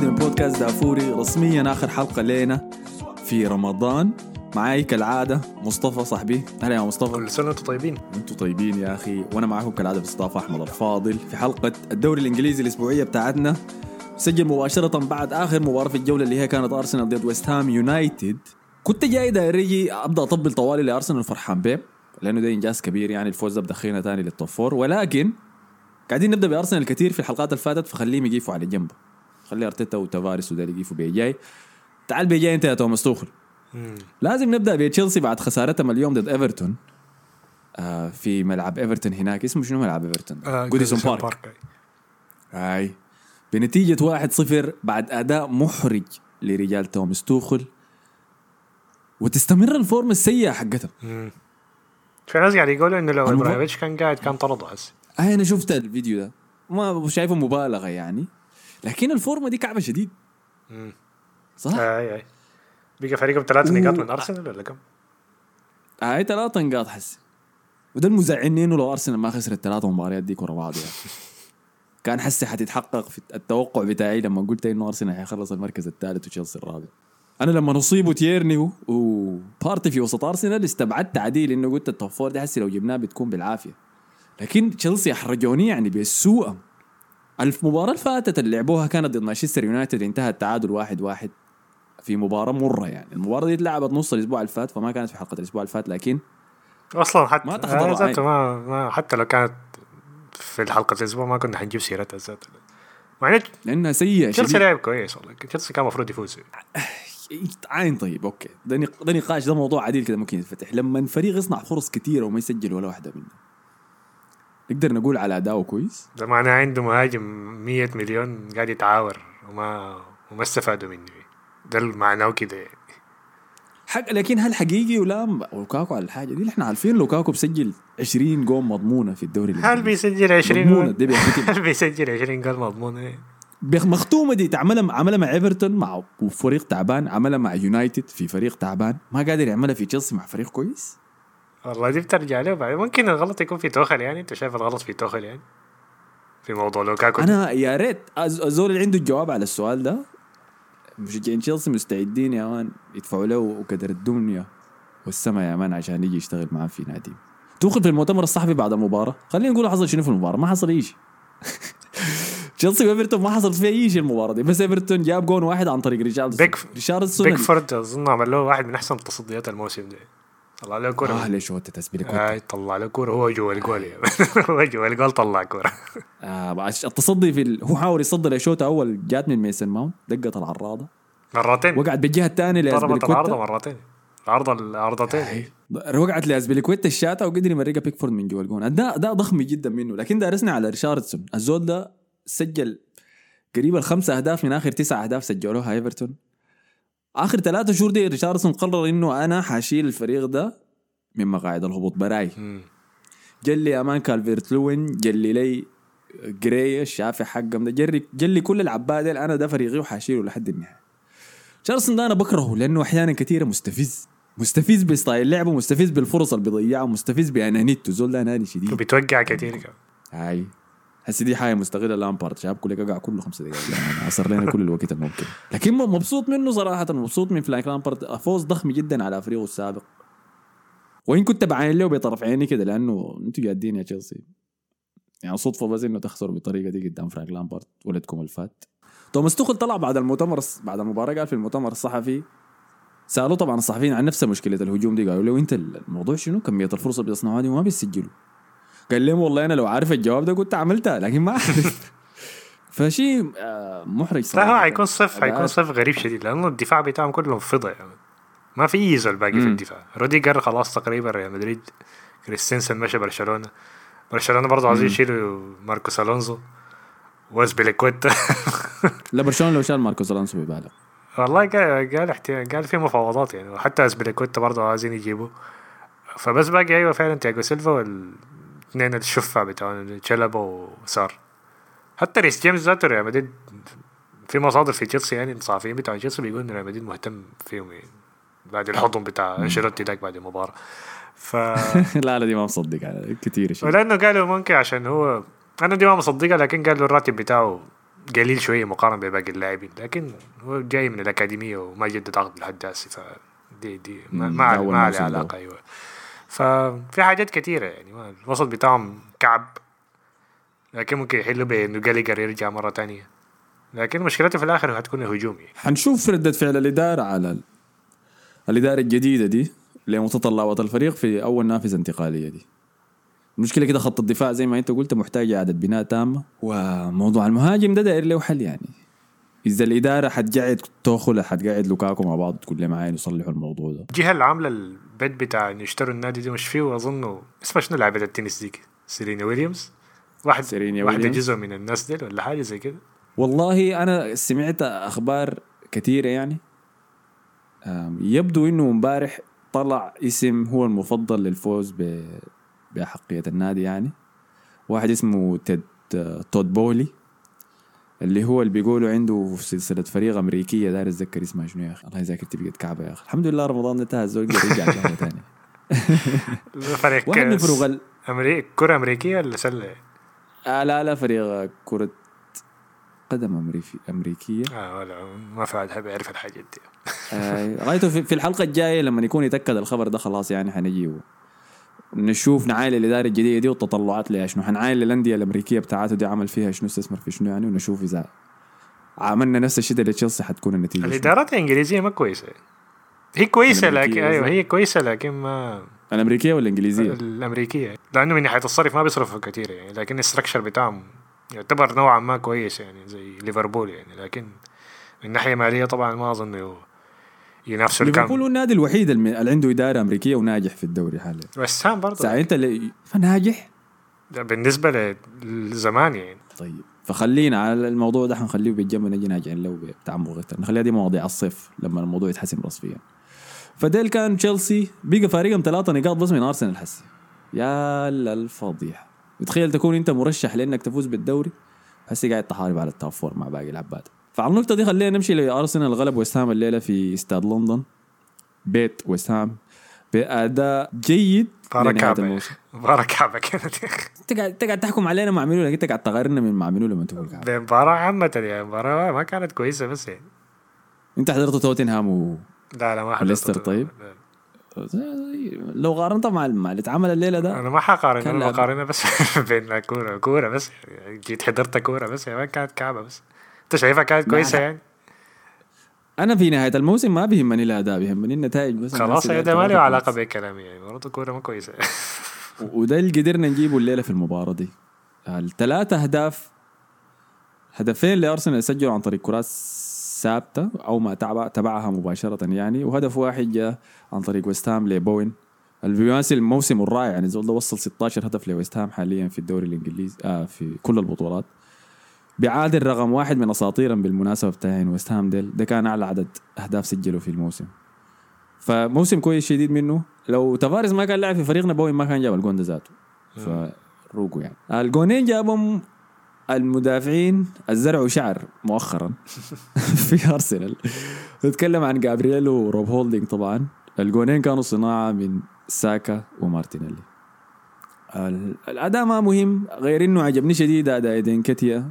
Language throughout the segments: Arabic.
من بودكاست دافوري، رسميا آخر حلقة لينا في رمضان. معاي كالعادة مصطفى صاحبي. أهلا يا مصطفى. كل سنة وانتم طيبين. أنتوا طيبين يا أخي. وأنا معكم كالعادة في استضافة أحمد الفاضل في حلقة الدوري الإنجليزي الأسبوعية بتاعتنا، سجل مباشرة بعد آخر مباراة في الجولة اللي هي كانت أرسنال ضد ويست هام يونايتد. كنت جاي دايري أبدأ أطبل طوالي لأرسنال فرحان بيب، لأنه ده إنجاز كبير يعني الفوز ده بدخلنا تاني للتوب فور، ولكن قاعدين نبدأ بأرسنال كتير في الحلقات اللي فاتت، فخليهم يقيفوا على جنب، خلي أرتيتا وتافاريس وده يقيفوا بيجاي. تعال بيجاي أنت يا توماس توخل. لازم نبدأ بتشيلسي بعد خسارتهم اليوم ضد إيفرتون في ملعب إيفرتون. هناك اسمه شنو ملعب إيفرتون؟ جوديسون بارك. هاي بنتيجة 1-0 بعد أداء محرج لرجال توماس توخل، وتستمر الفورم السيئة حقتهم. في ناس قاعد يقولوا إنه لو إبراهيموفيتش كان قاعد كان طرده هسه. أنا شفت الفيديو ده، ما شايفه مبالغة يعني، لكن الفورمة دي كعبة شديد. صح؟ أي بيجي فريقه ب3 نقاط من أرسنال ولا كم؟ 3 نقاط حس، وده المزعلني إنه لو أرسنال ما خسر ال3 مباريات دي ورا بعض يعني. كان حسي حتتحقق في التوقع بتاعي لما قلت إنه أرسنال هيخلص المركز الثالث وتشيلسي الرابع. أنا لما نصيبه تيرني وبارتي في وسط أرسنال استبعدت عديل إنه قلت التوب فور ده حسي لو جبناه بتكون بالعافية، لكن تشيلسي أحرجوني يعني بالسوء. المباراة الفاتت اللي لعبوها كانت ضد مانشستر يونايتد، انتهى التعادل 1-1 في مباراة مرة يعني. المباراة دي اتلعبت نص الأسبوع الفات، فما كانت في حلقة الأسبوع الفات، لكن أصلا حتى ما تخضر ما حتى لو كانت في الحلقة الأسبوع ما كنا حنجيب سيرتها ذات، معناه لأنها سيئة. تشيلسي لعب كويس والله، تشيلسي كان مفروض يفوز. عين طيب أوكي، ده نقاش، ده موضوع عديل كده ممكن يتفتح. لما الفريق يصنع فرص كتيرة وما يسجل ولا واحدة منها، نقدر نقول على أداؤه كويس. ده معناه عنده مهاجم 100 مليون قاعد يتعاور وما استفادوا منه. ده المعنى كده حق. لكن هل حقيقي ولا لوكاكو على الحاجة دي؟ احنا عارفين لوكاكو بسجل 20 جول مضمونة في الدوري هل بيسجل 20 جول؟ هل بيسجل 20 جول مضمونة؟ مختومة دي عملها مع إيفرتون مع فريق تعبان، عملها مع يونايتد في فريق تعبان، ما قادر يعملها في تشيلسي مع فريق كويس. والله دي بترجع له بعد. ممكن الغلط يكون في توخل يعني. انت شايف الغلط في توخل يعني في موضوع لوكاكو؟ انا يا ريت الزول اللي عنده الجواب على السؤال ده. مشجعين تشيلسي مستعدين يا مان يدفعوا له وقدر الدنيا والسما يا مان عشان يجي يشتغل معاه في نادي. توخل في المؤتمر الصحفي بعد المباراة، خلينا نقول حصل شنو في المباراة. ما حصل ايش. تشيلسي وإيفرتون ما حصل فيه اي شيء المباراة دي، بس إيفرتون جاب جون واحد عن طريق ريشاردسون. بيكفورد اظن عمل له واحد من احسن تصديات الموسم ده. طلع له كوره. ليش هو تسبيل طلع له كوره هو جوا الجول هو جوا الجول طلع كوره. التصدي هو حاول يصدر لشوطه اول جات من ميسن ماونت، دقت العراضه مرتين، وقعت بالجهه الثانيه لازبيليكويتا. العارضه مرتين، العرضتين وقعت لازبيليكويتا الشاطه وقدر يمرقها بيكفورد من جوا الجون. ده ضخم جدا منه. لكن دارسنا على ريشاردسون، الزول ده سجل قريبا 5 أهداف من اخر 9 أهداف سجلوها ايفرتون اخر 3 شهور دي. ريشاردسون قرر انه انا حاشيل الفريق ده من مقاعد الهبوط براي. جلي امان كالفيرت لوين، جلي لي جراي الشافع حقهم ده، جلي كل العباد. انا ده فريقي وحاشيله لحد النهايه. تشارلسون ده انا بكرهه لانه احيانا كثيره مستفز بستايل لعبه، مستفز بالفرص اللي بيضيعها، مستفز بانانيته. زول ده اناني شديد وبيتوقع كثير كمان. هاي هسه دي حاجه مستغله لامبارد. شاب كله قاعد كله 5 دقائق يعني عصر لنا كل الوقت الممكن. لكن مبسوط منه صراحه، مبسوط من فلانك لامبارد. فوز ضخم جدا على فريقه السابق، وإن كنت بعين له بطرف عيني كده لأنه أنتوا جادين يا تشيلسي يعني. صدفة بس إنه تخسروا بالطريقة دي قدام فرانك لامبارد ولدكم الفات. توماس توخل طلع بعد المباراة قال في المؤتمر الصحفي، سألوا طبعا الصحفيين عن نفس مشكلة الهجوم دي، قالوا له أنت الموضوع شنو؟ كمية الفرصة اللي بيصنعوها دي وما بيسجلوا. قال لهم والله أنا لو عارف الجواب ده كنت عملتها، لكن ما أعرف. فشيء محرج صراحة. لا هيكون صف غريب شديد، لأنه الدفاع بتاعهم كلهم فضة يعني. ما في يزول باقي في الدفاع. روديجر خلاص تقريبا ريال مدريد، كريستنسن مشى برشلونة برضه عايزين يشيلوا ماركوس ألونزو وازبيليكويتا. لا برشلونة لو شال ماركوس ألونزو ببالغ والله. قال في مفاوضات يعني، وحتى ازبيليكويتا برضه عايزين يجيبوا. فبس باقي ايوه فعلا تياغو سيلفا والاثنين الشفع بتاعون تشيلابا وسار. حتى ريس جيمس ذاته ريال مدريد في مصادر في تشيلسي يعني، الصحفيين بتاع تشيلسي بيقولوا ان ريال مدريد مهتم فيهم يعني بعد الحضن بتاع انشيلوتي داك بعد المباراة. لا دي ما مصدق على كتير شيء، ولأنه قالوا ممكن عشان هو، أنا دي ما مصدقها، لكن قالوا الراتب بتاعه قليل شويه مقارنه بباقي اللاعبين، لكن هو جاي من الاكاديميه وما جدد عقد لحد هسه، فدي ده أول ما عليه موسم له. علاقه. ايوه، ففي حاجات كثيره يعني. الوسط بتاعهم كعب، لكن ممكن يحلوا بانه جاليجر يرجع مره تانية، لكن مشكلته في الاخر هتكون هجومي. حنشوف ردة فعل الإدارة على الإدارة الجديدة دي لمتطلبات الفريق في أول نافذة انتقالية دي. المشكلة كده خط الدفاع زي ما أنت قلت محتاج إعادة بناء تامة، وموضوع المهاجم ده داير له حل يعني. إذا الإدارة حتقعد توخل حتقعد لوكاكو مع بعض تقول لي معاين يصلحوا الموضوع ده. الجهه اللي عامله البيت بتاع انه يشتروا النادي دي مش فيه، اظن اسمها شنو لاعبة التنس ديك، سيرينا ويليامز، سيرينيا واحده ويليامز. جزء من الناس دي ولا حاجه زي كده. والله أنا سمعت أخبار كثيرة يعني. يبدو إنه مبارح طلع اسم هو المفضل للفوز بأحقية النادي يعني. واحد اسمه تود بولي، اللي هو اللي بيقولوا عنده في سلسلة فريق أمريكية، داير أتذكر اسمها شنو يا أخي، الله يذكر تبقى كعبة يا أخي. الحمد لله رمضان انتهى، الزول رجع شهر تاني. فريق واحد من فروق كرة أمريكية ولا سلة؟ لا فريق كرة قدم أمريكية. ولا ما في أحد بيعرف الحاجات دي. رايته في الحلقة الجاية لما يكون يتأكد الخبر ده خلاص يعني حنجيه نشوف نعاين الإدارة الجديدة دي والتطلعات لها شنو، حنعاين للأندية الأمريكية بتاعته دي عمل فيها شنو، استثمر في شنو يعني، ونشوف إذا عملنا نفس الشيء لتشيلسي حتكون النتيجة شنو. الإدارات الإنجليزية ما كويسة، هي كويسة لكن الأمريكية أيوة قصدك؟ هي كويسة لكن ما الأمريكية ولا الإنجليزية؟ الأمريكية، لأنه من ناحية الصرف ما بيصرفوا كتير يعني، لكن الاستراكشر بتاعهم يعتبر نوعا ما كويس يعني زي ليفربول يعني، لكن من ناحية مالية طبعا ما أظن ينافسوا ليفربول الكام. هو النادي الوحيد اللي عنده إدارة أمريكية وناجح في الدوري حاليا. بس هم برضه ساعة أنت اللي فناجح. ده بالنسبة لزمان يعني. طيب فخلينا على الموضوع ده حنخليه بالجنب، نجي ناجعين له بتعمق أكتر، نخليها دي مواضيع الصيف لما الموضوع يتحسن رسميا. فديل كان تشيلسي بقى فارقهم 3 نقاط بس من أرسنال حسي. يا الفضيحة، تخيل تكون أنت مرشح لأنك تفوز بالدوري حسي قاعد تحارب على التوب فور مع باقي العباد. فعلى النقطة دي خلينا نمشي لأرسنال. غلب ويست هام الليلة في استاد لندن، بيت ويست هام، بأداء جيد لنهاية الموسم. مباراة كعبة كانت انت قاعد تحكم علينا مع منو، انت قاعد تقارننا من مع منو لما تقول كعبة. مباراة عامة يعني، مباراة ما كانت كويسة بس يعني. انت حضرت توتنهام لا ما وليستر طيب؟ لو قارنتها مع اللي اتعمل الليلة ده انا ما حقارن، كان انا لعب. بقارنها بس بين كورة بس يعني. جيت حضرت كورة بس يعني، ما كانت كعبة بس. انت شايفها كانت كويسة يعني؟ انا في نهاية الموسم ما بيهمني الاداء، بيهمني النتائج بس. خلاص الناس ده ما له اللي علاقة بكلامي يعني، برضه كورة ما كويسة. وده اللي قدرنا نجيبه الليلة في المباراة دي. 3 أهداف، هدفين لأرسنال سجلوا عن طريق كرات ثابتة أو ما تبعها مباشرة يعني، وهدف واحد جاء عن طريق ويست هام لبوين اللي بيمثل الموسم الرائع يعني. زول ده وصل 16 هدف لويست هام حاليا في الدوري الإنجليزي في كل البطولات، بيعادل رقم 1 من أساطيرا بالمناسبة بتاعين ويست هام ده كان أعلى عدد أهداف سجلوا في الموسم. فموسم كويس شديد منه. لو تفارس ما كان لاعب في فريقنا بوين ما كان جاب الجون ده ذاته. فروقوا يعني الجونين جابهم المدافعين الزرع شعر مؤخرا في أرسنال. نتكلم عن جابرييل وروب هولدينج. طبعا الجونين كانوا صناعة من ساكا ومارتينيلي. الأداء ما مهم غير إنه عجبني شديد أداء إيدين كتيا.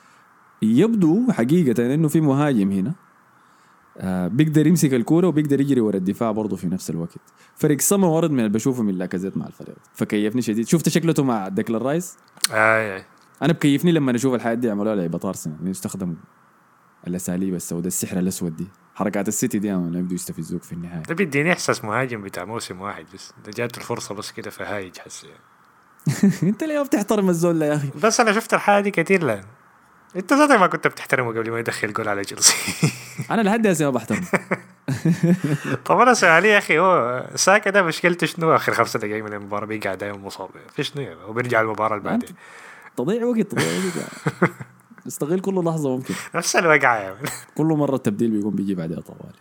يبدو حقيقة إنه في مهاجم هنا بيقدر يمسك الكورة وبيقدر يجري ورا الدفاع برضه في نفس الوقت. فريق سما ورد من اللي بشوفه من لاكازيت مع الفريق، فكيفني شديد. شفت شكلته مع ديكلان رايس. انا بكيفني لما نشوف الحياة دي عملوها لعيبة ارسنال، يستخدموا الاساليب السوداء، السحر الاسود دي، حركات السيتي دي ما يبدو يستفزوك في النهاية. ده بيديني احساس مهاجم بتاع موسم واحد بس، ده جات الفرصة بس كده فهايج حسي يعني. انت ليه بتحترم الزول يا اخي؟ بس انا شفت الحاجة دي كتير لان انت ذاتك ما كنت بتحترمه قبل ما يدخل جول على تشيلسي. انا لحد هسه ما بحترم. طب انا سؤالي يا اخي، هو ساكا ده مشكلته شنو؟ اخر 5 دقايق من المباراة بيقعد دايما مصاب في شنو يعني؟ وبيرجع المباراة اللي بعدين تضيع وقت يعني. استغل كل لحظة ممكن. نفس الوقعة يعني. كل مرة التبديل بيقوم بيجي بعدها طوالي.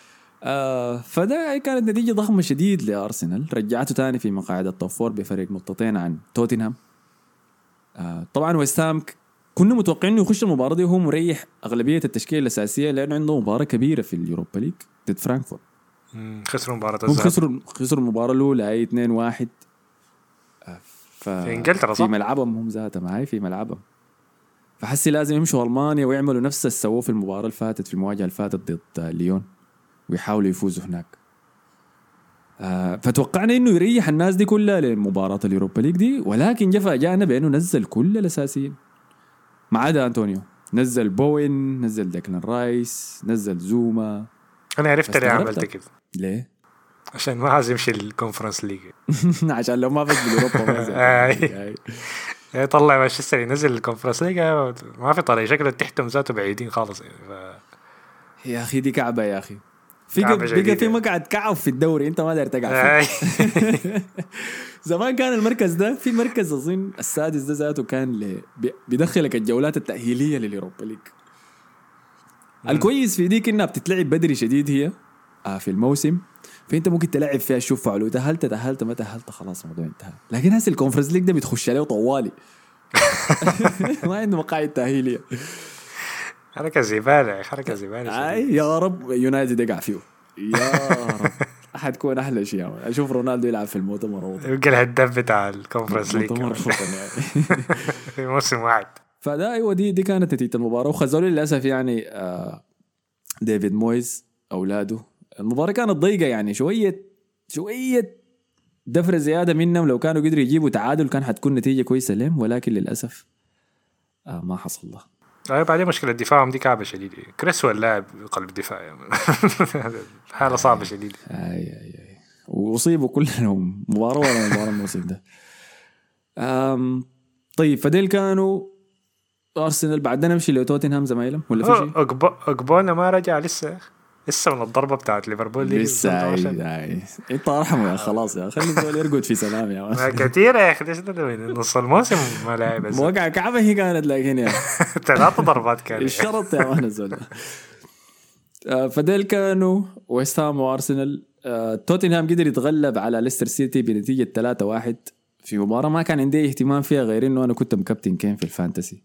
فده كانت نتيجة ضخمة شديد لأرسنال، رجعته تاني في مقاعد التوب فور بفرق نقطتين عن توتنهام. طبعا ويست هام كنا متوقعين انه يخش المباراة دي وهو مريح أغلبية التشكيلة الأساسية، لأنه عنده مباراة كبيرة في اليوروبا ليج ضد فرانكفورت. خسروا مباراة هم خسروا المباراة الأولى أي 2-1 في إنجلترا صح؟ في ملعبهم هم ذاتهم، هاي في ملعبهم. فحسي لازم يمشوا ألمانيا ويعملوا نفس اللي سووه في المباراة اللي فاتت، في المواجهة اللي فاتت ضد ليون، ويحاولوا يفوزوا هناك. فتوقعنا انه يريح الناس دي كلها لمباراة اليوروبا ليج دي، ولكن جا فاجأنا بانه نزل كل الاساسيين ما عدا انطونيو. نزل بوين، نزل ديكلان رايس، نزل زوما. انا عرفت ليه عملت كده. ليه؟ عشان ما عايز يمشي الكونفرنس ليج. عشان لو ما فاز باليوروبا طلع مانشستر ينزل الكونفرنس ليج، ما في طريقه، شكله تحتهم ذاته بعيدين خالص يعني. يا اخي دي كعبه يا اخي، بقى في مقعد كعب في الدوري انت ما داير تقع فيه. زمان كان المركز ده في مركز اظن السادس ده ذاته كان بيدخلك الجولات التأهيلية لليوروبا ليج. الكويس في ديك انها بتتلعب بدري شديد هي في الموسم، فانت ممكن تلعب فيها شوف فعلو تأهلت ما تأهلت خلاص الموضوع انتهى. لكن هسه الكونفرنس ليج ده بتخش عليه طوالي. ما عنده مقاعد تأهيلية. حركة زبالة، حركة زبالة. يا رب يونايتد يقع فيه يا رب. حتكون احلى شيء يعني. اشوف رونالدو يلعب في المؤتمر يبقى الهداف بتاع الكونفرنس ليج في موسم واحد. فده ايوه دي كانت نتيجة المباراة. وخزولي للاسف يعني ديفيد مويز اولاده المباراة كانت ضيقة يعني، شوية دفرة زيادة منهم. لو كانوا قدروا يجيبوا تعادل كان حتكون نتيجة كويسة لهم، ولكن للاسف ما حصل له. بعدين مشكلة دفاعهم دي كعبة شديدة. كريسوال لاعب قلب دفاع يعني. حالة صعبة شديدة. اي واصيبوا كلهم مباراة ولا مباراة الموسم ده. طيب فديل كانوا أرسنال. بعدين نمشي لتوتنهام زمايلهم ولا في شيء؟ أقبونا ما رجع لسه من الضربة بتاعت ليفربول دي لسه. انت ارحمه يا خلاص يا خلي الزول يرقد في سلام يا ما كثير يا اخي. نص الموسم ما لعب. موقع كعبة هي كانت لكن يا 3 ضربات كانت الشرط يا مان الزول. فديل كانوا ويست هام وارسنال. توتنهام قدر يتغلب على ليستر سيتي بنتيجة 3-1 في مباراة ما كان عندي اهتمام فيها غير انه انا كنت مكابتن كين في الفانتسي.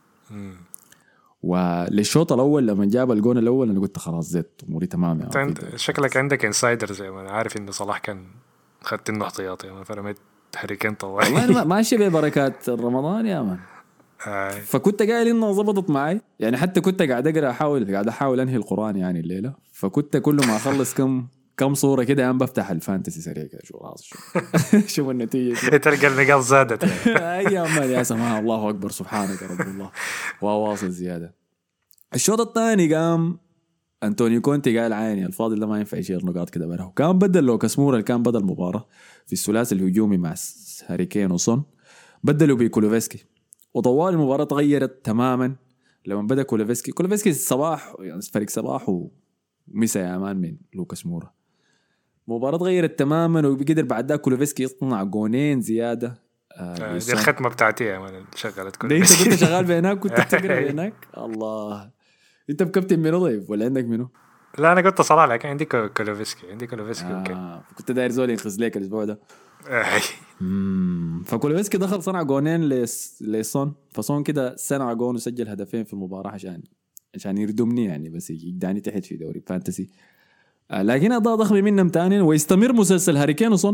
وللشوط الاول لما جاب الجون الاول انا قلت خلاص زيت اموري تمام يعني. شكلك عندك انسايدر زي ما انا عارف انه صلاح كان خدت انه احتياطي يعني، فرميت هاريكين طوالي. والله ماشي ببركات رمضان يا مان. فكنت قايل انه ضبطت معي يعني. حتى كنت قاعد احاول انهي القرآن يعني الليله. فكنت كل ما اخلص كم صوره كده انا بفتح الفانتسي سريع كده شو راس شوف النتيجه. تلقى النقاط زادت. يا مان يا سماها الله اكبر سبحانك يا رب الله وواصل زياده. الشوط الثاني قام أنطونيو كونتي قال عيني الفاضل ده ما ينفع يشيل نقاط كده بره. كان بدل لوكاس مورا اللي كان بدل المباراة في الثلاثي الهجومي مع هاريكين وصن، بدلوا بكولوفسكي. وطوال المباراة تغيرت تماما لما بدأ كولوفسكي صباح يعني فريق صباح ومسا يا مان من لوكاس مورا. المباراة تغيرت تماما وبقدر بعد ذاك كولوفسكي يصنع جونين زيادة. دي الختمة بتاعتي يا مان شغلت كل انت كنت شغال بينك كنت تقرا بينك. الله انت بكابتن منو طيب ولا عندك منو؟ لا انا قلت صراحة لكن عندي كولوفسكي كنت داير زول ينقذ لك الاسبوع ده. فكولوفسكي دخل صنع جونين لصون. فصون كده صنع جون وسجل هدفين في المباراة عشان يردمني يعني بس يقدعني تحت في دوري فانتسي. لكن أضاء ضخمة منهم تاني ويستمر مسلسل هاريكين وصون.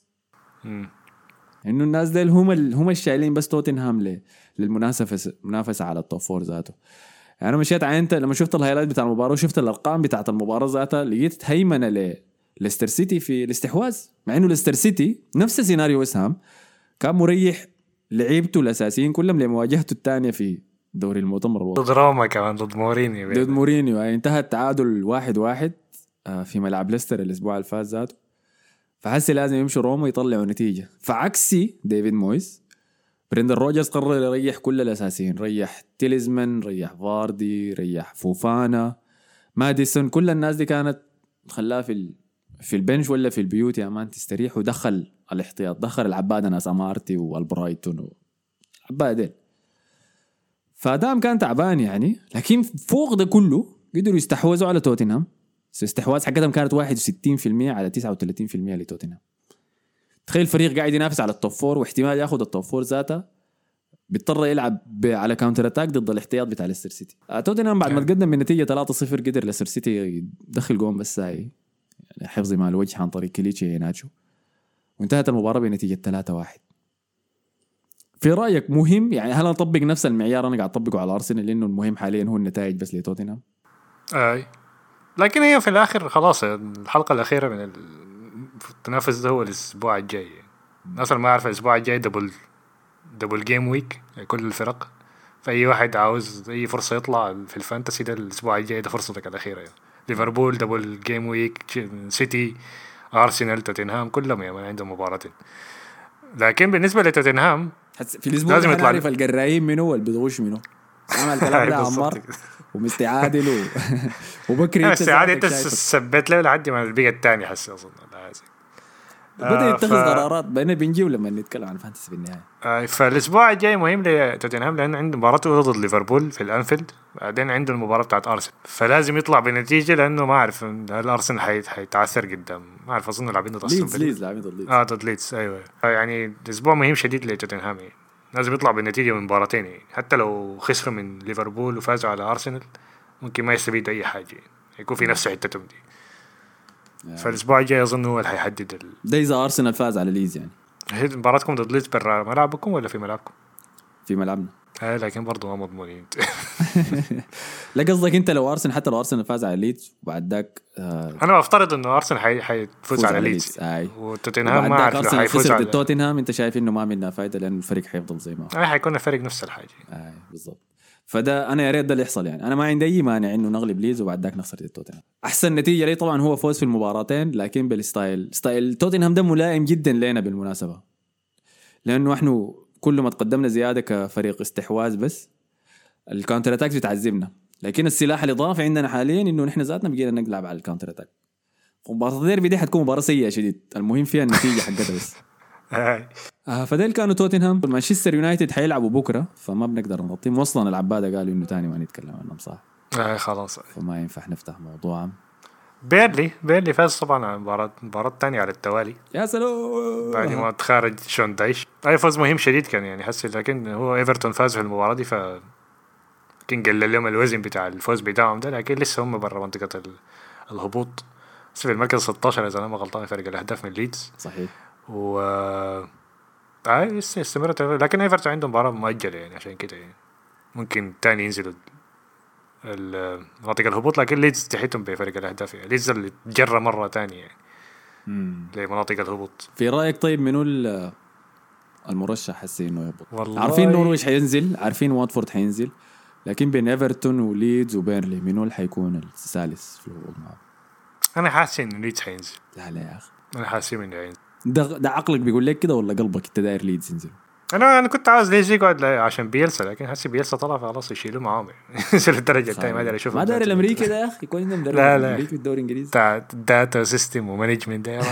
إنه الناس ديل هم الشايلين بس توتنهام للمنافسة على التوب فور ذاته. يعني أنا مشيت عينت لما شفت الهايلايت بتاع المباراة وشفت الأرقام بتاعت المباراة ذاتها لقيت هيمنة ليستر سيتي في الاستحواذ، مع إنه ليستر سيتي نفس سيناريو ويست هام كان مريح لعيبته الأساسيين كلهم لمواجهته الثانية في دوري المؤتمر الوطني ضد روما كمان ضد مورينيو يعني انتهى التعادل 1-1 في ملعب ليستر الأسبوع اللي فات ذاته. فحسي لازم يمشوا روما يطلعوا نتيجة. فعكسي ديفيد مويس بريندن روجرز قرر يريح كل الأساسيين، ريح تيليزمان، ريح فاردي، ريح فوفانا، ماديسون، كل الناس دي كانت خلاها في البنش ولا في البيوت يا مان تستريح. ودخل الاحتياط، دخل العبادة ناس أمارتي والبرايتون والعبادة. فدام كان تعبان يعني. لكن فوق ده كله قدروا يستحوذوا على توتنهام. استحواذ حقتهم كانت 61% على 39% لتوتنهام. تخيل فريق قاعد ينافس على التوب فور واحتمال ياخد التوب فور ذاته بيضطر يلعب على كاونتر اتاك ضد الاحتياط بتاع ليستر سيتي. توتنهام بعد ما تقدم بنتيجه 3-0 قدر ليستر سيتي يدخل جون بس يعني حفظ مال الوجه عن طريق كليتشي ناتشو، وانتهت المباراه بنتيجه 3-1. في رايك مهم يعني؟ هل اطبق نفس المعيار انا قاعد اطبقه على ارسنال لانه المهم حاليا هو النتائج بس لتوتنهام؟ لكن هي في الاخر خلاص الحلقه الاخيره من التنافس ده هو الاسبوع الجاي. الناس ما عارفه الاسبوع الجاي دبل جيم ويك كل الفرق، فاي واحد عاوز اي فرصه يطلع في الفانتسي ده الاسبوع الجاي ده فرصتك الاخيره يعني. ليفربول دبل جيم ويك، سيتي، ارسنال، توتنهام كلهم يعني عندهم مباراتين. لكن بالنسبه لتوتنهام في الاسبوع لازم ده يطلع هنعرف القرايين منه والبدغوش منه. عمل الكلام ده عمار ومستي عادل وبكري. بس عادي انت ثبت له لحد ما البيئه الثاني حسي اظن بدأ يتخذ قرارات بيننا بنجيب لما نتكلم عن فانتسي في النهايه. فالاسبوع الجاي مهم لتوتنهام لانه عنده مباراه ضد ليفربول في الانفيلد، بعدين عنده المباراه بتاعت ارسنال، فلازم يطلع بنتيجه لانه ما اعرف هل ارسنال حيتعثر قدام، ما اعرف اظن لاعبين ضد ليدز لاعبين ضد ليدز ضد ليدز ايوه. يعني الاسبوع مهم شديد لتوتنهام يعني. لازم يطلع بنتيجه من مباراتين يعني. حتى لو خسروا من ليفربول وفازوا على ارسنال ممكن ما يستفيد اي حاجه يعني. يكون في نفس حتتهم دي يعني. فالاسبوع الجاي اظن هو اللي حيحدد ده اذا ارسنال فاز على ليدز يعني. هي مباراتكم ضد ليدز برا ملعبكم ولا في ملعبكم؟ في ملعبنا. لكن برضه ما مضمونين. لا قصدك انت لو ارسنال، حتى لو ارسنال فاز على ليدز وبعد ذاك انا افترض انه ارسنال حيفوز على ليدز وتوتنهام ما اعرف لو حيفوز على توتنهام. انت شايف انه ما منها فايده لان الفريق حيفضل زي ما هو. حيكون الفريق نفس الحاجه. بالضبط. فده انا يا ريت ده اللي يحصل يعني. انا ما عندي اي مانع انه نغلب ليدز وبعد ذاك نخسر توتنهام. احسن نتيجه لي طبعا هو فوز في المباراتين، لكن ستايل توتنهام ده ملائم جدا لنا بالمناسبه، لانه احنا كل ما تقدمنا زياده كفريق استحواذ بس الكاونتر اتاك بتعذبنا، لكن السلاح الاضافي عندنا حاليا انه نحن ذاتنا بقينا نلعب على الكاونتر اتاك. مباراه الديربي دي حتكون مباراه سيئه شديد، المهم فيها النتيجه حقتها بس. فديل كانوا توتنهام. مانشستر يونايتد حيلعبوا بكره فما بنقدر نغطيهم. وصلنا العباده قالوا انه تاني ما نتكلم عنهم صح. خلاص فما ينفع نفتح موضوع. بيرلي فاز طبعا على المباراة الثانية على التوالي. يا سلام. بعد ما تخارج شون دايش. أي فوز مهم شديد كان يعني حسي، لكن هو إيفرتون فاز في المباراة دي كان قلل لهم الوزن بتاع الفوز بتاعهم ده، لكن لسه هم برا منطقة الهبوط. بس في المركز 16 إذا أنا ما غلطان فرق الأهداف من ليدز. صحيح. لسه استمرت، لكن إيفرتون عندهم مباراة مؤجلة يعني عشان كده يعني ممكن تاني ينزلوا مناطق الهبوط، لكن ليدز تحتهم بفرق الأهداف يعني. ليدز اللي تجرى مرة تانية يعني لمناطق الهبوط. في رأيك طيب منو المرشح حسي إنه يهبط؟ عارفين نورويش حينزل، عارفين واتفورد حينزل، لكن بين إيفرتون وليدز وبيرلي منو اللي حيكون الثالث في الهبوط معه؟ أنا حاسس إنه ليدز حينزل. لا يا أخي أنا حاسس إنه حينزل. ده عقلك بيقول لك كده ولا قلبك أنت داير ليدز ينزل؟ أنا كنت عاوز ليدز يقعد عشان بيلسا، لكن حاسس بيلسا طلع خلاص يشيلوه معاهم ينزل الدرجة الثانية. ما أدري أشوف. ما داري الأمريكي ده يا أخي يكون عندهم مدرب أمريكي في الدوري الإنجليزي. داتا سيستم ومانجمنت ده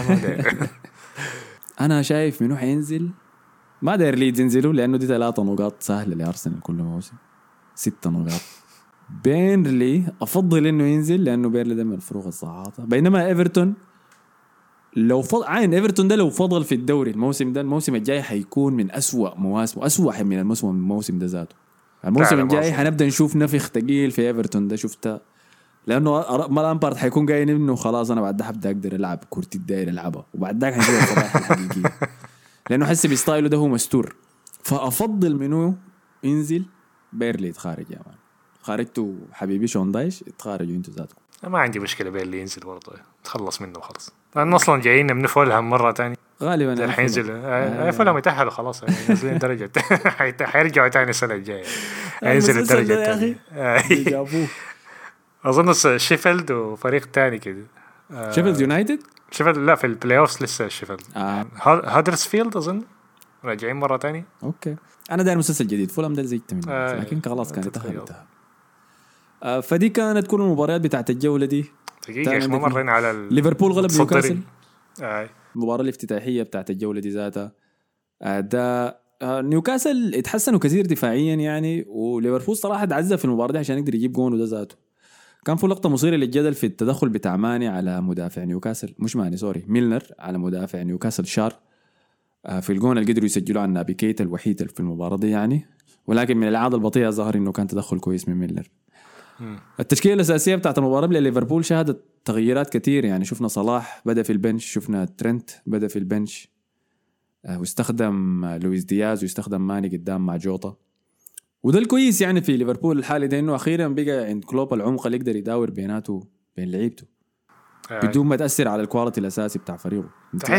أنا شايف منو حينزل. ما داير ليدز ينزلوا لأنه دي 3 نقاط سهلة لأرسنال كل موسم. 6 نقاط. بيرلي أفضل إنه ينزل لأنه بيرلي ده من الفروق الصعاطة، بينما إيفرتون لو عين إيفرتون ده لو فضل في الدوري الموسم ده، الموسم الجاي حيكون من أسوأ مواسم، أسوأ من الموسم ده ذاته. الموسم الجاي حنبدأ نشوف نفخ ثقيل في إيفرتون ده شفتها، لأنه لامبارد حيكون قايل إنه خلاص أنا بعد ده حبدأ أقدر ألعب كرة الداير ألعبها، وبعد ذاك حنشوف الفضايح الحقيقية لأنه حس بستايله ده هو مستور. فأفضل منه ينزل بيرلي يتخارج يا مان. خارجتوا حبيبي شون دايش يتخارجوا انتوا ذاتكم. ما عندي مشكلة بيرلي ينزل برضه، تخلص منه خلاص. لأن أصلا جايين من فولهام مرة تاني غالبا حينزل. فولهام يتأهلوا خلاص نازلين درجة. حيرجعوا تاني السنة الجاية هينزل الدرجة الثانية. أظن شيفيلد وفريق تاني كده. شيفيلد يونايتد. شيفيلد لا في البلاي أوفس لسه شيفيلد. هادرسفيلد أظن راجعين مرة تاني. أوكي أنا داير مسلسل جديد فولهام ده زيت منه لكن خلاص كان يتأهل. فدي كانت كل المباريات بتاعت الجولة دي. دقيقة ما مرينا على ليفربول غلب نيوكاسل. المباراة الافتتاحية بتاعت الجولة دي ذاتها ده نيوكاسل اتحسنوا كثير دفاعيا يعني، وليفربول صراحة عزة في المباراة دي عشان يقدر يجيب جون، وده ذاته كان في لقطة مثيرة للجدل في التدخل بتاع ماني على مدافع نيوكاسل، مش ماني سوري ميلنر على مدافع نيوكاسل شار في الجون اللي قدروا يسجلوا عن نابي كيتا الوحيد في المباراة دي يعني، ولكن من العادة البطيئة ظهر انه كان تدخل كويس من ميلنر. التشكيلة الأساسية بتاعت المباراة لليفربول شهدت تغييرات كتير يعني، شفنا صلاح بدأ في البنش، شفنا ترنت بدأ في البنش، واستخدم لويس دياز ويستخدم ماني قدام مع جوطا. وده الكويس يعني في ليفربول الحالي ده، انه اخيرا بقى عند كلوب العمق اللي يقدر يداور بيناته بين لعيبته بدون ما تاثر على الكواليتي الاساسي بتاع فريقه.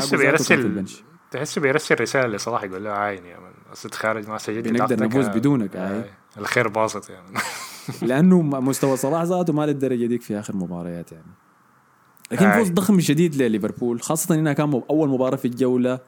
تحسه بيرسل رساله لصلاح يقول له عاين يا من تتخارج مع سجل نقدر نفوز بدونك. الخير باسط يعني. لانه مستوى صلاح ذاته ما للدرجه ديك في اخر مباريات يعني. لكن فوز ضخم شديد لليفربول، خاصه انها كان اول مباراه في الجوله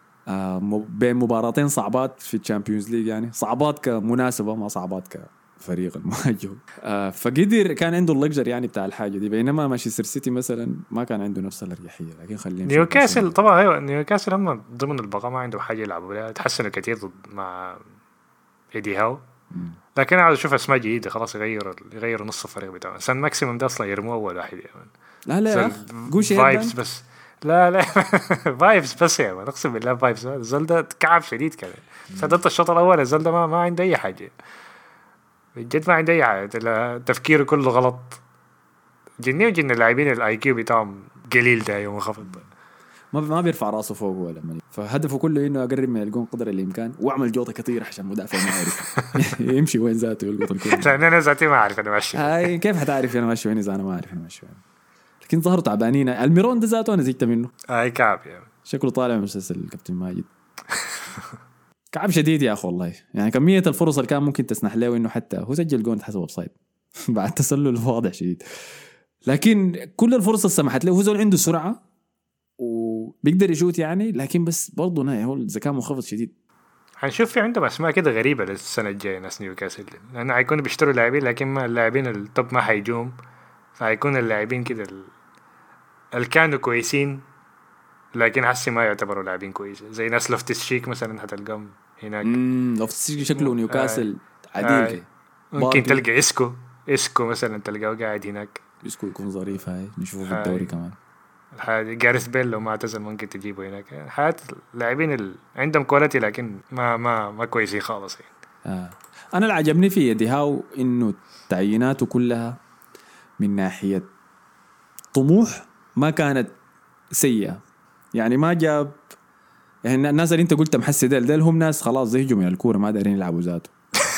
بين مباراتين صعبات في الشامبيونز ليج، يعني صعبات كمناسبة ما صعبات كفريق المواجه. فقدر كان عنده اللجر يعني بتاع الحاجة دي، بينما مانشستر سيتي مثلا ما كان عنده نفس الأريحية. لكن خلينا نيوكاسل طبعا ايوه نيوكاسل هم ضمن البقاء ما عنده حاجة يلعبوا بها، تحسنوا كثير ضد مع ايدي هاو. لكن عاوز اشوف اسماء جديده خلاص يغيروا نص الفريق بتاعه. سان ماكسيمم ده اصلا يرموه اول واحد يعني. لا قوش فايبس بس لا فايبس بس يا مان، اقسم بالله فايبس. زلدة كعب شديد كذا. صدقت الشوط الاول زلدة ما عنده اي حاجه بجد، ما عنده اي حاجه، تفكيره كله غلط. جنيه اللاعبين الاي كيو بتاعهم قليل ده يوم خفض، ما بيرفع راسه فوق ولا مني. فهدفه كله انه اقرب من الجون قدر الامكان واعمل جوطه كثير عشان المدافع ما يعرف يمشي وين ذاته يلقط الكره. لان انا ذاتي ما اعرف انا ماشي هاي كيف حتعرف انا ماشي وين اذا انا ما اعرف انا ماشي وين. لكن ظهروا تعبانين. الميرون ده ذاته انا زيت منه. كعب يعني. شكله طالع من مسلسل الكابتن ماجد. كعب شديد يا اخو والله. يعني كميه الفرص اللي كان ممكن تسنح له انه حتى هو سجل جون حسب اوفسايد بعد تسلل واضح شديد. لكن كل الفرص سمحت له. هو زول عنده سرعه وبيقدر يشوت يعني، لكن بس برضه هو الذكاء منخفض شديد. هنشوف في عندهم اسماء كده غريبه للسنه الجايه ناس نيوكاسل، لانه هيكونوا بيشتروا لاعبين لكن ما اللاعبين التوب ما حيجوم، فهيكون اللاعبين كده اللي كانوا كويسين لكن حسي ما يعتبروا لاعبين كويسين، زي ناس لوفتس شيك مثلا حتلقاهم هناك. لوفتس شيك شكله نيوكاسل عديل. ممكن تلقى اسكو مثلا تلقاه قاعد هناك. اسكو يكون ظريف. هاي نشوفه في الدوري كمان. جاريث بيل لو ما اعتزل ممكن تجيبه هناك. حياة اللاعبين عندهم كواليتي لكن ما كويسين خالص يعني. انا اللي عجبني في يدي هاو انه تعييناته كلها من ناحية طموح ما كانت سيئة. يعني ما جاب يعني الناس اللي انت قلت محسي ديل هم ناس خلاص زهجوا من الكورة ما دارين يلعبوا ذاته.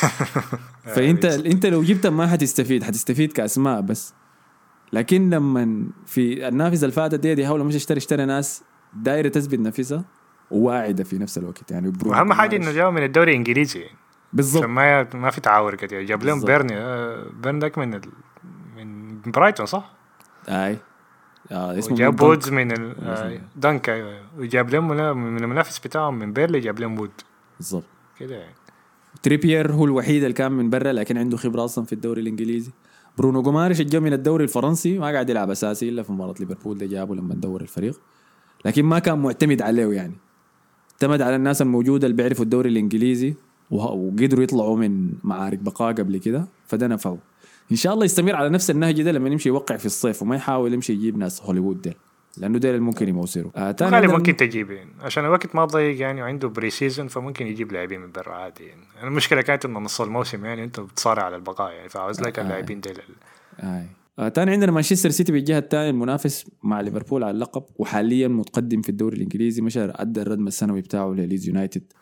فانت لو جبتهم ما حتستفيد كأسماء بس. لكن لما في النافذة الفاتت دي هاو مش اشتري ناس دايرة تثبت نفسها وواعدة في نفس الوقت يعني. واهم حاجة انه جاوا من الدوري الانجليزي بالضبط. ما في تعاور كتير. جاب لهم بيرنك من برايتون صح؟ اسمه جاب وودز من دانك. ايوه وجاب لهم من المنافس بتاعهم من بيرلي جاب لهم وود بالضبط كده يعني. تريبير هو الوحيد اللي كان من برا لكن عنده خبرة اصلا في الدوري الانجليزي. برونو جوماريش جاء من الدوري الفرنسي ما قاعد يلعب اساسي الا في مباراة ليفربول ده جابه لما دور الفريق، لكن ما كان معتمد عليه يعني. اعتمد على الناس الموجودة اللي بيعرفوا الدوري الانجليزي وقدروا يطلعوا من معارك بقاء قبل كده، فده نفعه. ان شاء الله يستمر على نفس النهج ده لما يمشي يوقع في الصيف وما يحاول يمشي يجيب ناس هوليوود ده، لانه ده اللي ممكن يموسره. غالي ممكن تجيبين عشان الوقت ما ضيق يعني وعنده بري سيزون، فممكن يجيب لاعبين من برا عادي يعني. المشكله كانت انه نص الموسم يعني انت بتصارع على البقاء يعني، فعاوز لك اللاعبين ديل. تاني عندنا مانشستر سيتي بالجهه الثانيه المنافس مع ليفربول على اللقب وحاليا متقدم في الدوري الانجليزي. مشى ادى الردم السنوي بتاعه لليدز يونايتد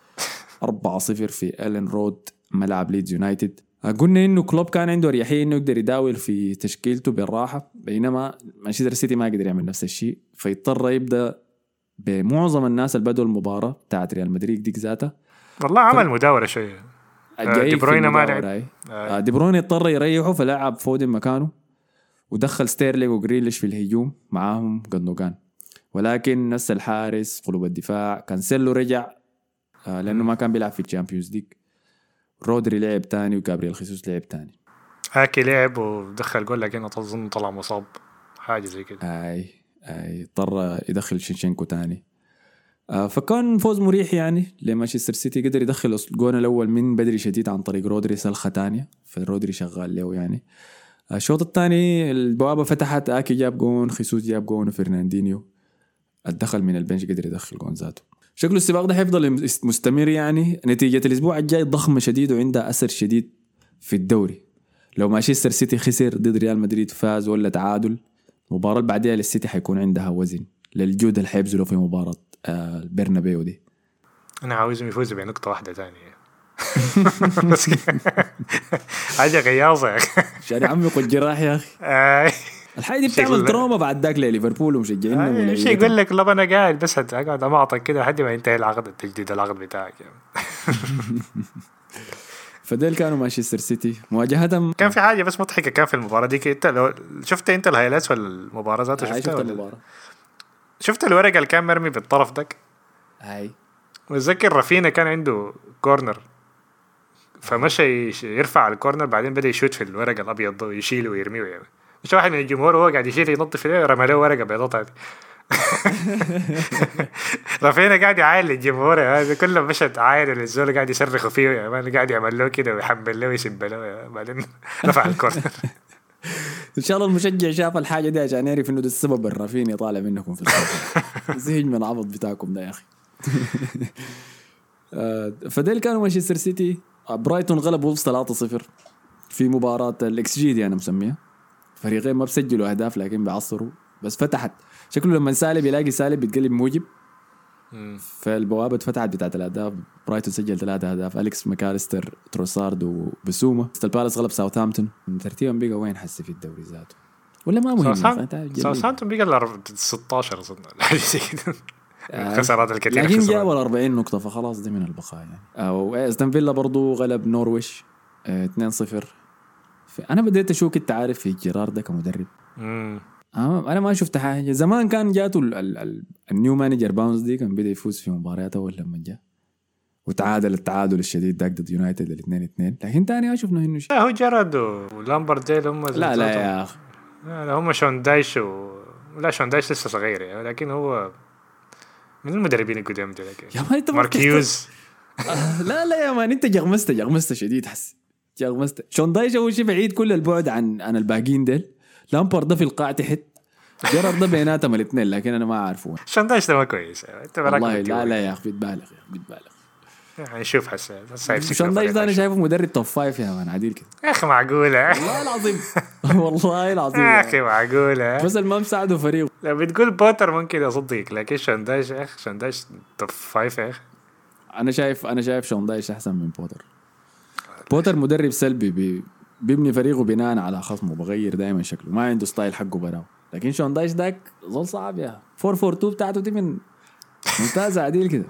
4-0 في إلين رود ملعب ليدز يونايتد. قلنا انه كلوب كان عنده اريحيه انه يقدر يداول في تشكيلته بالراحه، بينما مانشستر سيتي ما قدر يعمل نفس الشيء، فيضطر يبدا بمعظم الناس اللي بدوا المباراه بتاعت ريال مدريد ديك ذاته. والله عمل مداوره شويه. دي بروين ما لعب. دي بروين اضطر يريحه فلعب فودن مكانه ودخل ستيرلينج وغريليش في الهجوم معاهم جندوغان، ولكن نفس الحارس قلوب الدفاع كانسيلو رجع لانه ما كان بيلعب في الشامبيونز ليج. رودري لعب تاني وجابرييل خيسوس لعب تاني. هاكي لعب ودخل جول لكن أظن طلع مصاب حاجة زي كده. اي اضطر يدخل شينشينكو تاني. فكان فوز مريح يعني لمانشستر سيتي، قدر يدخل الجون الأول من بدري شديد عن طريق رودري سلخة تانية، فالرودري شغال له يعني. الشوط الثاني البوابة فتحت، آكي جاب جون، خيسوس جاب جون، وفرناندينيو الدخل من البنش قدر يدخل جون ذاته. شكله السباق ده حيفضل مستمر يعني. نتيجة الأسبوع الجاي ضخمة شديد وعندها أثر شديد في الدوري. لو مانشستر سيتي خسر ضد ريال مدريد فاز ولا تعادل، المباراة اللي بعدها للسيتي حيكون عندها وزن للجهد اللي حيبذله في مباراة البرنابيو دي. انا عاوزهم يفوزوا بنقطة واحدة تانية. بس حاجة غياظة يا اخي. عشان يعمقوا الجراح يا اخي. آي. الحاجه دي بتعمل شكل تروما بعد ذاك لليفربول ومشجعينهم ايش ولعيبتهم. يقول لك والله انا قاعد بس اقعد امعطك كده لحد ما ينتهي العقد، تجديد العقد بتاعك يعني. فديل كانوا مانشستر سيتي مواجهتهم. كان في حاجة بس مضحكة كان في المباراة دي. انت لو شفت انت الهايلايتس ولا المباراة ذاتها شفتها شفت ولا؟ المباراه. شفت الورقة اللي كان مرمي بالطرف دك؟ هاي متذكر رافينا كان عنده كورنر، فمشى يرفع على الكورنر، بعدين بدأ يشوت في الورقة الأبيض ده ويشيله ويرميه يعني. مش واحد من الجمهور وهو قاعد يشيل ينظف فيه رمى له ورقة بيضاء هذه. رافينا قاعد يعاين للجمهور هذا كله، مشت عاين للزول قاعد يصرخوا فيه يا مان، قاعد يعمل له كده ويحمل له ويسب له بعدين رفع الكورنر. ان شاء الله المشجع شاف الحاجه دي عشان يعرف انه ده السبب الرافيني طالع منكم في الصف. زهج من العبط بتاعكم ده يا اخي. فديل كانوا مانشستر سيتي. برايتون غلب وولفز 3-0 في مباراة الاكس جي دي انا مسميها. فريقين ما بسجلوا اهداف لكن بيعصروا بس فتحت. شكله لما سالب يلاقي سالب بيتقلب موجب. فالبوابة فتحت بتاعت الاهداف. برايتون سجل 3 اهداف، اليكس ماكاليستر تروسارد وبسومة. كريستال بالاس غلب ساوثهامبتون. ترتيبا بقى وين حسي في الدوري ذاته ولا ما مهم. ساوثهامبتون بقى 16 اظن. الخسارات الكثيرة لكن جابوا 40 نقطة فخلاص دي من البقاء يعني. او استون فيلا برضو غلب نورويش 2-0. انا بديت اشوك انت عارف في جيرارد ده كمدرب. انا ما شفت حاجه. زمان كان جاته النيو مانجر باونز دي كان بدا يفوز في مباريات اول لما جاء وتعادل التعادل الشديد داك ضد يونايتد 2-2. لكن تاني ما شفنا انه شيء. لا هو جيرارد ولامبرد ديل هم لا يا اخي هم شون دايش لا شون دايش لسه صغير يعني، لكن هو من المدربين القدام دي. يا ما انت ماركيوز. لا يا مان انت جغمست شديد حس. جغمست شون دايش اول شيء بعيد كل البعد عن الباقيين ديل. لامبرد ده في القاع تحت، جيرارد ده بيناتهم الاثنين لكن انا ما اعرفه. شون دايش ده ما كويس انت والله لا يا اخي بتبالغ يعني شوف حسن شون دايش ده انا شايفه مدرب توب 5 يا مان عديل كده يا اخي معقولة. والله العظيم والله العظيم يا اخي معقولة بس ما مساعده فريقه. لو بتقول بوتر ممكن اصدقك، لكن شون دايش يا اخي شون دايش توب 5 يا اخي. انا شايف شون دايش احسن من بوتر مدرب سلبي بيبني فريقه بناء على خصمه، بغير دائما شكله، ما عنده ستايل حقه براو. لكن شون دايش داك زول صعب يا 4-4-2 بتاعته دي من ممتازة عديل كده.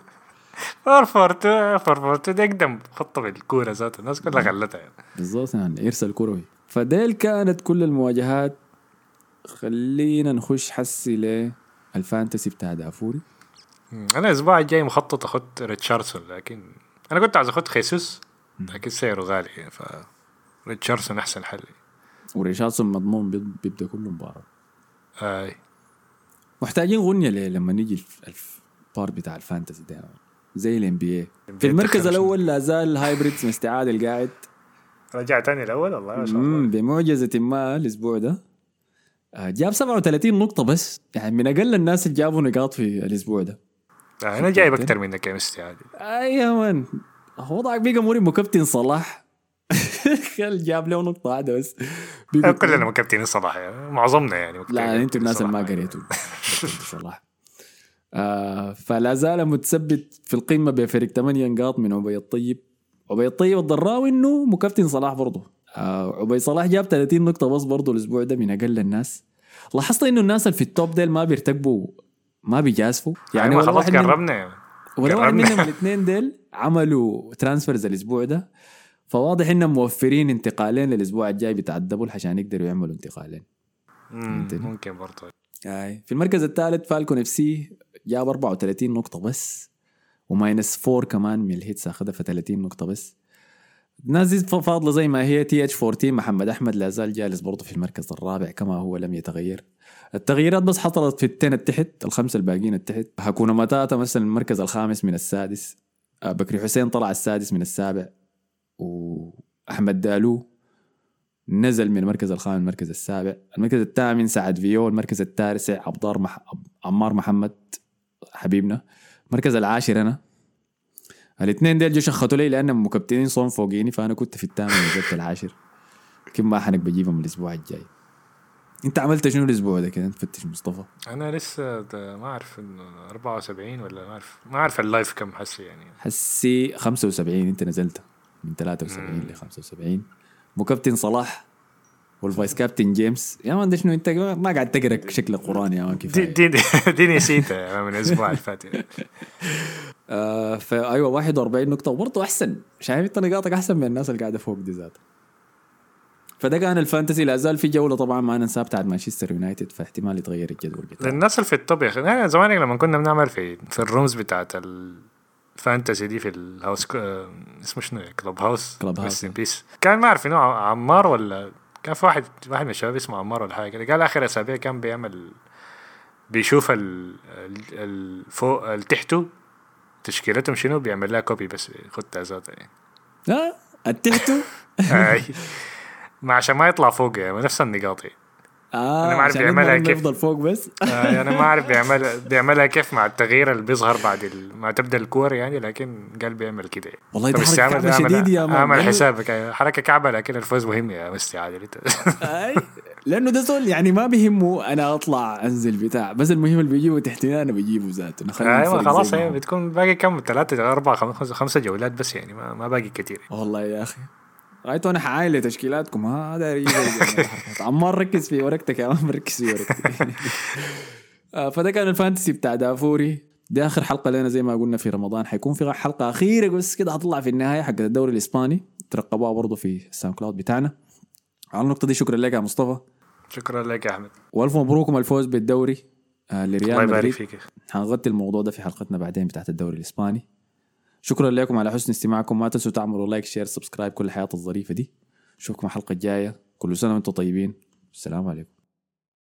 4-4-2 ده اقدم خطة بالكورة ذات الناس كلها غلتها يعني. بالضبط يعني يرسل كروي. فديل كانت كل المواجهات. خلينا نخش حسي للفانتسي بتاع دافوري. انا الاسبوع الجاي مخطط اخد ريتشاردسون، لكن انا كنت عايز اخد خيسوس لكن سعره غالي ف ريتشاردسون احسن حل. وريتشاردسون مضمون بيبدا كل مباراه. اي محتاجين غنية لما نيجي البار بتاع الفانتسي ده زي الام بي اي. في المركز الاول لا زال هايبريدز مستعاد القاعد رجع تاني الاول والله ما شاء الله بمعجزة ما الاسبوع ده. جاب 37 نقطة بس، يعني من اقل الناس اللي جابوا نقاط في الاسبوع ده. انا جايب اكتر منك يا مستعاد. يا مان وضعك بقى مريم كابتن صلاح. جاب له نقطة واحدة بس. كلنا مكابتين صلاح يعني. معظمنا يعني لا انتوا الناس اللي ما قريتوا صلاح. فلا زال متثبت في القمة بفرق 8 نقاط من عبيد الطيب الضراوي انه مكابتن صلاح برضه. عبيد صلاح جاب 30 نقطة بس برضه الاسبوع ده من اقل الناس. لاحظت انه الناس اللي في التوب ديل ما بيرتقبوا ما بيجازفوا يعني. ولا خلاص قربنا ولا واحد منهم الاثنين ديل عملوا ترانسفيرز الاسبوع ده، فواضح انهم موفرين انتقالين للاسبوع الجاي بتاع الدبل عشان يقدروا يعملوا انتقالين. ممكن برضه. في المركز الثالث فالكون اف سي جاب 34 نقطة بس وماينس 4 كمان من الهيتس اخذها في 30 نقطة بس. الناس دي فاضلة زي ما هي. تي اتش 14 محمد احمد لا زال جالس برضه في المركز الرابع كما هو لم يتغير. التغييرات بس حصلت في التين التحت، الخمسة الباقيين التحت. هكون متاتا مثلا المركز الخامس من السادس، بكري حسين طلع السادس من السابع، وأحمد دالو نزل من المركز الخامس المركز السابع. المركز الثامن سعد فيو. المركز التاسع عمار محمد حبيبنا. المركز العاشر أنا. الاثنين ديل جو شخطوا لي لأنهم مكابتنين صون فوقيني، فأنا كنت في الثامن ونزلت العاشر. كم ما حنك بجيبهم الأسبوع الجاي. انت عملت شنو الاسبوع ده كده نفتش مصطفى؟ انا لسه ما اعرف انه 74 ولا ما اعرف اللايف كم حسي يعني. حسي 75 انت نزلت من 73 ل 75. مو كابتن صلاح والفايس كابتن جيمس يا مان ده شنو انت ما قاعد تقرا شكل قرآن يا مان كفايه. دي نسيتها من الاسبوع الفات. فايوه 41 نقطه وبرضه احسن. شايف انت نقاطك احسن من الناس اللي قاعده فوق دي ذات. فده كان الفانتسي. لا زال في جوله طبعا ما ننسى بتاعت مانشستر يونايتد فاحتمال يتغير الجدول بتاعه. للناس اللي في الطب يا اخي انا زمان لما كنا بنعمل في الرومز بتاعت الفانتسي دي في الهاوس اسمه شنو كلوب هاوس بيس كان ما اعرف انه عمار ولا كان في واحد من الشباب اسمه عمار ولا حاجه قال اخر اسابيع كان بيشوف فوق تحته تشكيلتهم شنو بيعمل لها كوبي بس خد تعزات يعني. التحتو ما عشان ما يطلع فوق يعني نفس النقاط يعني. انا ما اعرف بيعملها كيف يفضل فوق بس. انا ما اعرف بيعملها كيف مع التغيير اللي بيظهر بعد ما تبدا الكور يعني لكن قال بيعمل كده والله ده حركه شديد يا مان. اعمل حسابك حركه كعبه لكن الفوز مهم يا مستي عادل انت. لانه ده زول يعني ما بيهمه انا اطلع انزل بتاع بس المهم اللي بيجيبه تحتنا انا بجيبه ذاته. ايوه خلاص هي بتكون باقي كم 3 4 5 جولات بس يعني ما باقي كتير والله يا اخي. رايتوا انا حعايل لتشكيلاتكم هذا عمار ركز في ورقتك يا مان مركز في ورقتك. فده كان الفانتسي بتاع دافوري. دي اخر حلقه لنا زي ما قلنا في رمضان. حيكون في حلقه اخيره بس كده هتطلع في النهايه حق الدوري الاسباني ترقبوها برضه في الساوند كلاود بتاعنا. على النقطه دي شكرا لك يا مصطفى. شكرا لك يا احمد والف مبروكم الفوز بالدوري لريال الله يبارك فيك. حنغطي الموضوع ده في حلقتنا بعدين بتاعت الدوري الاسباني. شكرا لكم على حسن استماعكم. ما تنسوا تعملوا لايك شير سبسكرايب كل الحياة الظريفة دي. نشوفكم الحلقة الجاية. كل سنة وانتم طيبين. السلام عليكم.